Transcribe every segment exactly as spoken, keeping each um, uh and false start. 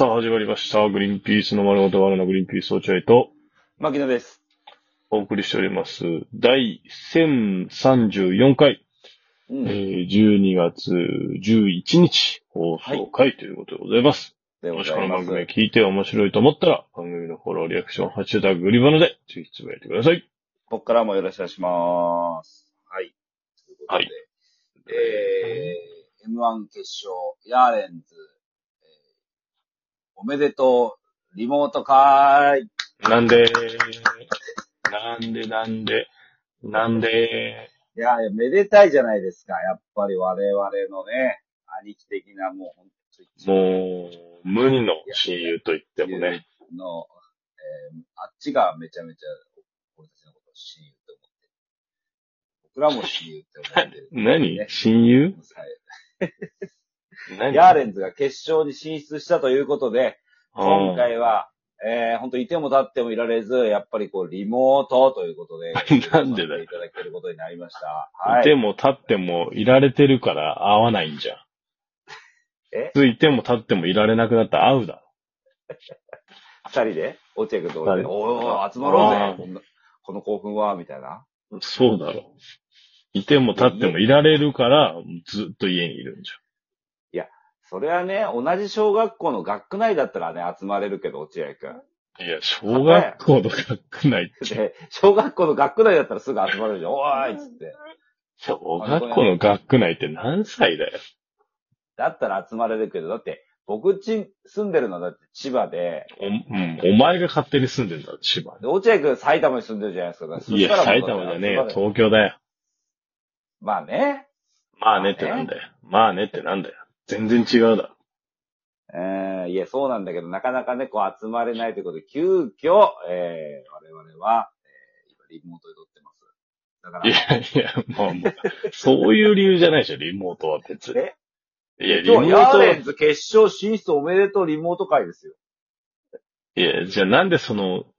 さあ始まりました。グリーンピースの丸ごとバナナグリーンピース落合と牧野です。 お送りしております。第せんさんじゅうよんかい、 うんえー、じゅうにがつじゅういちにち放送回ということでございます。 でもしこございます。 の番組を聞いて面白いと思ったら番組のフォロー、リアクション、ハッシュタググリバナでぜひつぶやいてください。 ここからもよろしくお願いします。はい。ということで、 はいえー、エムワン 決勝、ヤーレンズ、えー、おめでとう、リモート会。 なんでなんでなんでなんでいや、めでたいじゃないですか。やっぱり我々のね、兄貴的なもう本当に。 もう、無二の親友と言ってもね。 の、えー、あっちがめちゃめちゃ、俺たちのことを親友って思ってる。僕らも親友って思ってる、 何、 ね。 親友何ヤーレンズが決勝に進出したということで、今回は、えー、本当いても立ってもいられず、やっぱりこう、リモートということで、 なんでだよ。 いただけることになりました。 はい。いても立ってもいられてるから会わないんじゃん。 えついても立ってもいられなくなったら会うだろ。 二人で落合君と俺で、おーおー集まろうぜこんなこの興奮はみたいな。 そうだろ。いても立ってもいられるから、ずっと家にいるんじゃん。いや、それはね、同じ小学校の学区内だったらね、集まれるけど、落合君。 いや、小学校の学区内って。 で、小学校の学区内だったらすぐ集まれるじゃん。おーいっつって。 小学校の学区内って何歳だよ。 だったら集まれるけど、だって、僕ち住んでるのはだって千葉で。 お、うん、お前が勝手に住んでるんだ、千葉で。落合君埼玉に住んでるじゃないですか。 いや、埼玉じゃねえよ、東京だよ。 まあね。 まあねってなんだよ。まあねってなんだよ。全然違うだろ。 えー、いや、そうなんだけど、なかなかね、こう集まれないということで、急遽、えー、我々は、えー、今リモートで撮ってます。だから。 いやいや、まあまあ、そういう理由じゃないでしょ、リモートは別に。 えいや、 リモート。ヤーレンズ決勝進出おめでとうリモート会ですよ。 いや、じゃあなんでその、うん、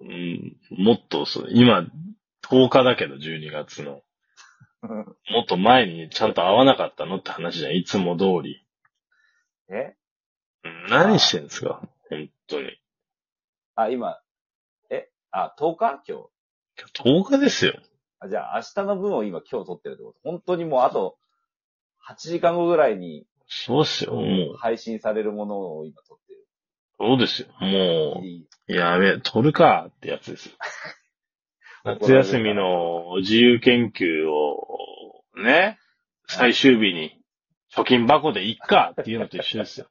もっとその、今、とおかだけど、じゅうにがつの。もっと前にちゃんと会わなかったのって話じゃん、いつも通り。 え何してんすか本当に。 あ、今、えあ、とおか今日。 とおかですよ。 あ、じゃあ明日の分を今今日撮ってるってこと本当にもうあとはちじかんごぐらいに。 そうっすよ、もう。 配信されるものを今撮ってる。 そうですよ。もう、やべえ、撮るかってやつですよ。夏休みの自由研究を、ね、最終日に貯金箱でいっかっていうのと一緒ですよ。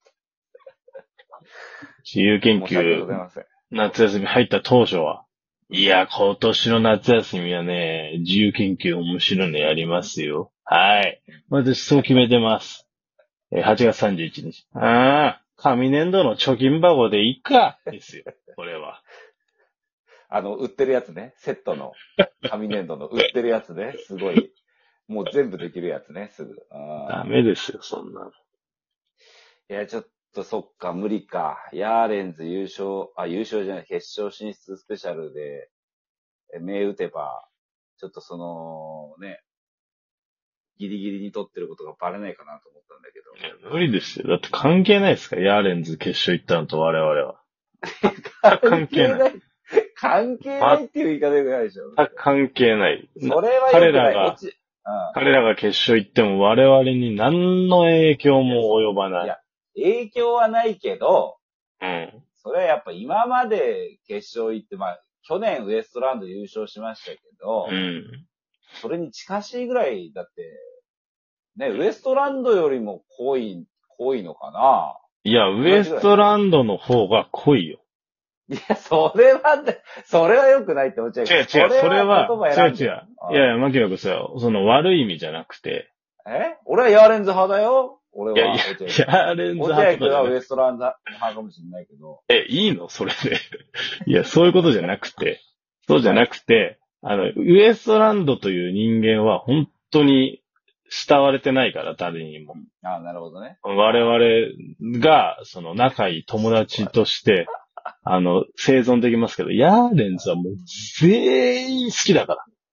自由研究、夏休み入った当初は、いや、今年の夏休みはね、自由研究面白いのやりますよ。はい。私そう決めてます。はちがつさんじゅういちにち。ああ、紙粘土の貯金箱でいいかですよ。これは。 あの、売ってるやつね。セットの紙粘土の売ってるやつね。すごい。もう全部できるやつね、すぐ。 あダメですよ、そんなの。 いや、ちょっとそっか、無理か。ヤーレンズ優勝、あ、優勝じゃない、決勝進出スペシャルで、目打てば、ちょっとその、ね、ギリギリに撮ってることがバレないかなと思ったんだけど。 いや、無理ですよ。だって関係ないですかヤーレンズ決勝行ったのと我々は。 関係ない。関係ないっていう言い方じゃないでしょ。 関係ない。 それは彼らが、彼らが決勝行っても我々に何の影響も及ばない。いや、 影響はないけど、 うん。 それはやっぱ今まで決勝行って、まあ、去年ウエストランド優勝しましたけど、 うん。 それに近しいぐらい、だって、ね、ウエストランドよりも濃い、濃いのかないや、ウエストランドの方が濃いよ。 いや、それは、それは良くないって思っちゃう違う違う、それは、違う違う。いやいや、牧野君さ、その悪い意味じゃなくて。 え俺はヤーレンズ派だよ俺は。 いやいや、ヤーレンズ派とか。はウエストランド派かもしれないけど。 え、いいのそれで。いや、そういうことじゃなくて。そうじゃなくて、あの、ウエストランドという人間は本当に慕われてないから、誰にも。 ああ、なるほどね。 我々が、その仲いい友達として、あの、生存できますけど、ヤーレンズはもう全員好きだから。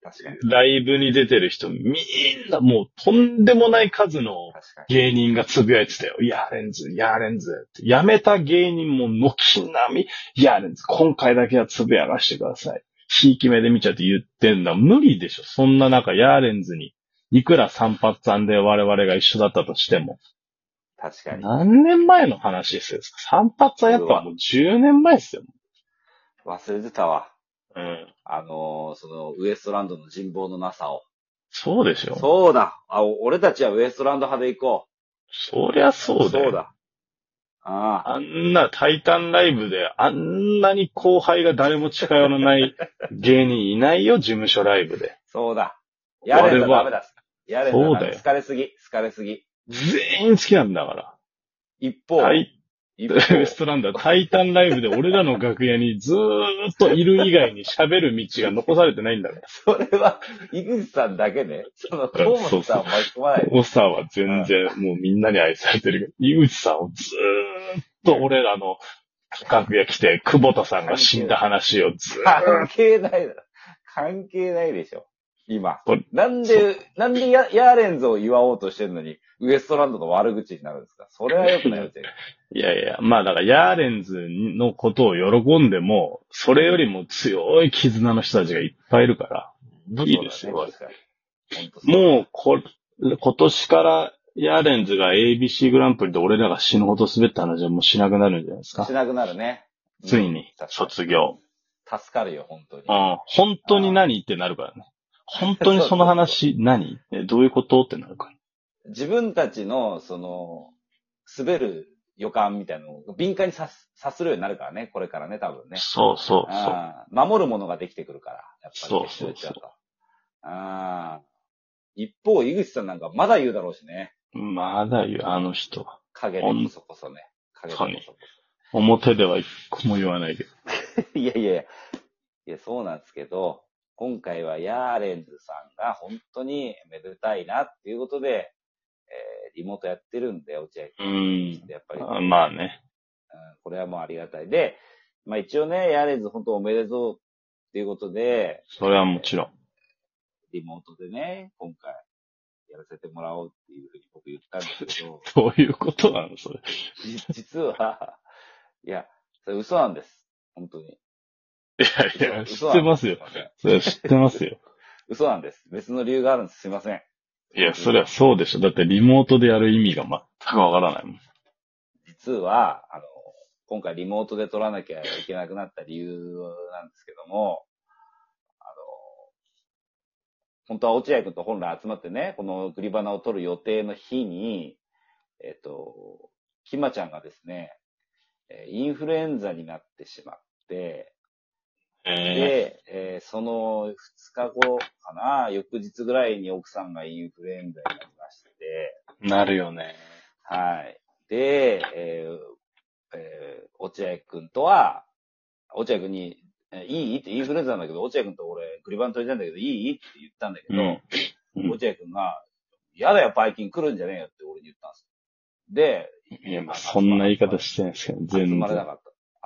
確かに。 ライブに出てる人、みんなもうとんでもない数の芸人がつぶやいてたよ。ヤーレンズ、ヤーレンズって。辞めた芸人も軒並み、ヤーレンズ、今回だけはつぶやかしてください。ひいき目で見ちゃって言ってんだ。無理でしょ。そんな中、ヤーレンズに、いくら散髪さんで我々が一緒だったとしても。 確かに。 何年前の話ですよ。散髪はやっぱもうじゅうねんまえですよ。 忘れてたわ。 うん。 あのー、その、ウエストランドの人望のなさを。 そうでしょ。 そうだ。あ、俺たちはウエストランド派で行こう。そりゃそうだよ。 そうだ。ああ。あんなタイタンライブで、あんなに後輩が誰も近寄らない芸人いないよ、事務所ライブで。 そうだ。やれんだ、ダメだ。やれんだ、そうだよ。疲れすぎ、疲れすぎ。 全員好きなんだから。 一方。はい。 ウエストランドはタイタンライブで俺らの楽屋にずーっといる以外に喋る道が残されてないんだから。 それは、井口さんだけね。その、トーマスさんを巻き込まない。 トーマスさんは全然、もうみんなに愛されてるけど、井口さんをずーっと俺らの楽屋来て、久保田さんが死んだ話をずーっと。 関係ないだろ。関係ないでしょ。今。なんで、なんでヤーレンズを祝おうとしてるのに、ウエストランドの悪口になるんですか？それは良くないよ、っていやいや、まあだからヤーレンズのことを喜んでも、それよりも強い絆の人たちがいっぱいいるから、いいですよ。もうこ、今年からヤーレンズが エービーシー グランプリで俺らが死ぬほど滑った話はもうしなくなるんじゃないですか。 しなくなるね。 ついに、卒業。 助かるよ、本当に。 うん。本当に何ってなるからね。本当にその話何どういうことってなるから。 自分たちの、その、滑る予感みたいなのを敏感に察するようになるからね、これからね、多分ね。 そうそうそう。 守るものができてくるから、やっぱり。 そうそうそう。 あ一方、井口さんなんかまだ言うだろうしね。 まだ言う、あの人は。 影でこそこそね。影でこそこそ。表では一個も言わないけど。 いやいやいや。いや、そうなんですけど、今回はヤーレンズさんが本当にめでたいなっていうことで、えー、リモートやってるんで、落合君。 うん。やっぱり。まあね、 うん。これはもうありがたい。で、まあ一応ね、ヤーレンズ本当おめでとうっていうことで。 それはもちろん。 リモートでね、今回やらせてもらおうっていうふうに僕言ったんですけど。 どういうことなのそれ。 実は、いや、それ嘘なんです。本当に。 いやいや、知ってますよ。それ知ってますよ。 嘘なんです。別の理由があるんです。すいません。 いや、それはそうでしょ。だってリモートでやる意味が全くわからないもん。 実は、あの、今回リモートで撮らなきゃいけなくなった理由なんですけども、あの、本当は落合君と本来集まってね、このグリバナを撮る予定の日に、えっと、キマちゃんがですね、インフルエンザになってしまって、で、えー、そのふつかごかな、翌日ぐらいに奥さんがインフルエンザになりまして。 なるよね。 はい。で、えーえー、落合くんとは、落合くんに、いいってインフルエンザなんだけど、落合くんと俺、グリバン取りたいんだけど、いいって言ったんだけど、うんうん、落合くんが、やだよ、バイキン来るんじゃねえよって俺に言ったんですよ。 で、いや、まあ、そんな言い方してないですけど、 全然。集まれなかった。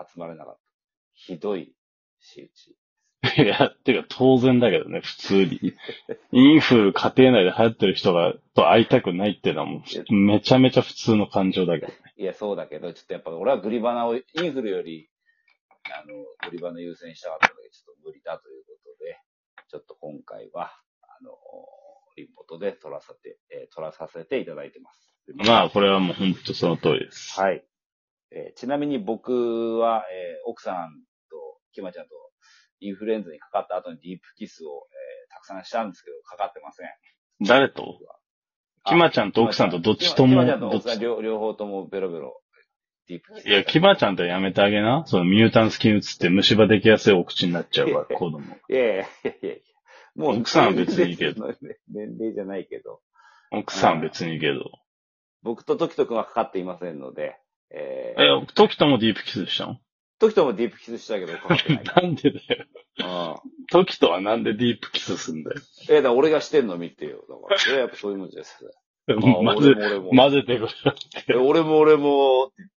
集まれなかった。ひどい。仕打ち。 いや、てか当然だけどね、普通に。インフル家庭内で流行ってる人が、と会いたくないっていうのはもう、めちゃめちゃ普通の感情だけどね。 いや、そうだけど、ちょっとやっぱ俺はグリバナを、インフルより、あの、グリバナ優先したかったので、ちょっと無理だということで、ちょっと今回は、あの、リモートで撮らさて、えー、撮らさせていただいてます。 まあ、これはもう本当その通りです。 はい。えー、ちなみに僕は、えー、奥さんと、キマちゃんと、インフルエンザにかかった後にディープキスを、えー、たくさんしたんですけど、かかってません。 誰とキマちゃんと奥さんとどっちとも。 キマちゃんと奥さん両両方ともベロベロ、 ディープキス。いや、キマちゃんとやめてあげな。そのミュータンス菌移って虫歯できやすいお口になっちゃうから、子供。 いやいやいやいやもう奥さんは別にいいけど。 年齢じゃないけど。 奥さんは別にいいけど。 僕とトキト君はかかっていませんので。 えー、え、トキともディープキスしたの？ トキともディープキスしたけどかかってない。 なんでだよ。ああ。トキとはなんでディープキスすんだよ。 え、だから俺がしてんの見てよ。だから。それはやっぱそういうもんじゃないですか。 混ぜ、混ぜてくれって。 俺も俺も、って言って。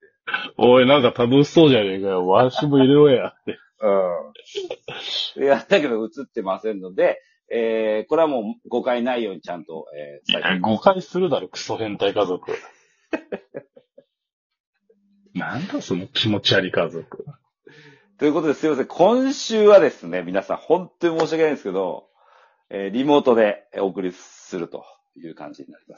おい、なんか楽しそうじゃねえかよ。わしも入れろやって。 うん。いや、だけど映ってませんので、 えー、これはもう誤解ないようにちゃんと、えー、いや、誤解するだろ、クソ変態家族。なんだその気持ち悪い家族。 ということですいません。今週はですね、皆さん本当に申し訳ないんですけど、えー、リモートでお送りするという感じになります。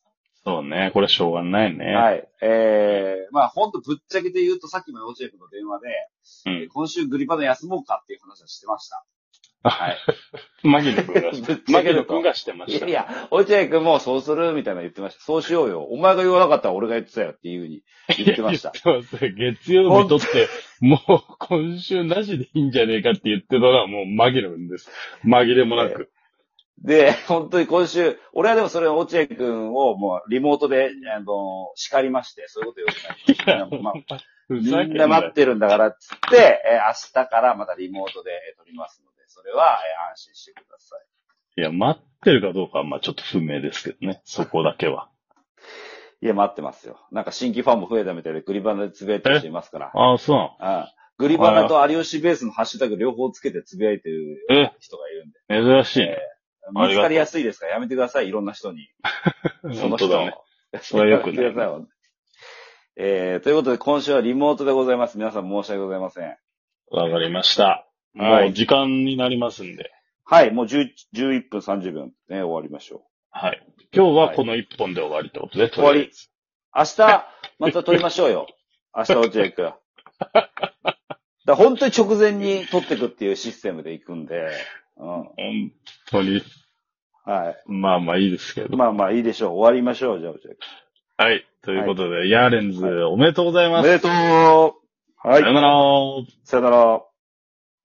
そうね。これしょうがないね。 はい。えー、まあ本当ぶっちゃけて言うとさっきの落合君の電話で、 うんえー、今週グリバナ休もうかっていう話はしてました。はい。 マギノ君がして、マギノ君がしてました。 いやいや、落合君もそうするみたいな言ってました。そうしようよ。お前が言わなかったら俺が言ってたよっていうふうに言ってました。 言ってます。月曜日とって、もう今週なしでいいんじゃねえかって言ってたのはもうマギノ君です。紛れもなく。 で、本当に今週、俺はでもそれ落合君をもうリモートで、あの、叱りまして、そういうこと言うと、まあ、みんな待ってるんだからっつって、えー、明日からまたリモートで撮りますので、それは、えー、安心してください。 いや、待ってるかどうかはまあちょっと不明ですけどね、そこだけは。 いや、待ってますよ。なんか新規ファンも増えたみたいで、グリバナでつぶやいてる人いますから。 ああ、そう。 ああグリバナと有吉ベースのハッシュタグ両方つけてつぶやいてる人がいるんで。 珍しいね。 えー、見つかりやすいですからやめてください、いろんな人に。 その人だね。それはよくない、ね。 えー、ということで今週はリモートでございます。皆さん申し訳ございません。 わかりました。もう時間になりますんで。 はい、もうじゅう、じゅういっぷんさんじゅっぷんね、終わりましょう。 はい。今日はこのいっぽんで終わりってことで、はい、 終わり。明日、また撮りましょうよ。明日落合君。だ本当に直前に撮っていくっていうシステムでいくんで。うん、 本当に。 はい。 まあまあいいですけど。 まあまあいいでしょう。終わりましょう、じゃあ落合君。 はい。ということで、はい、ヤーレンズ、おめでとうございます。 おめでとう。はい。 さよなら。 さよなら。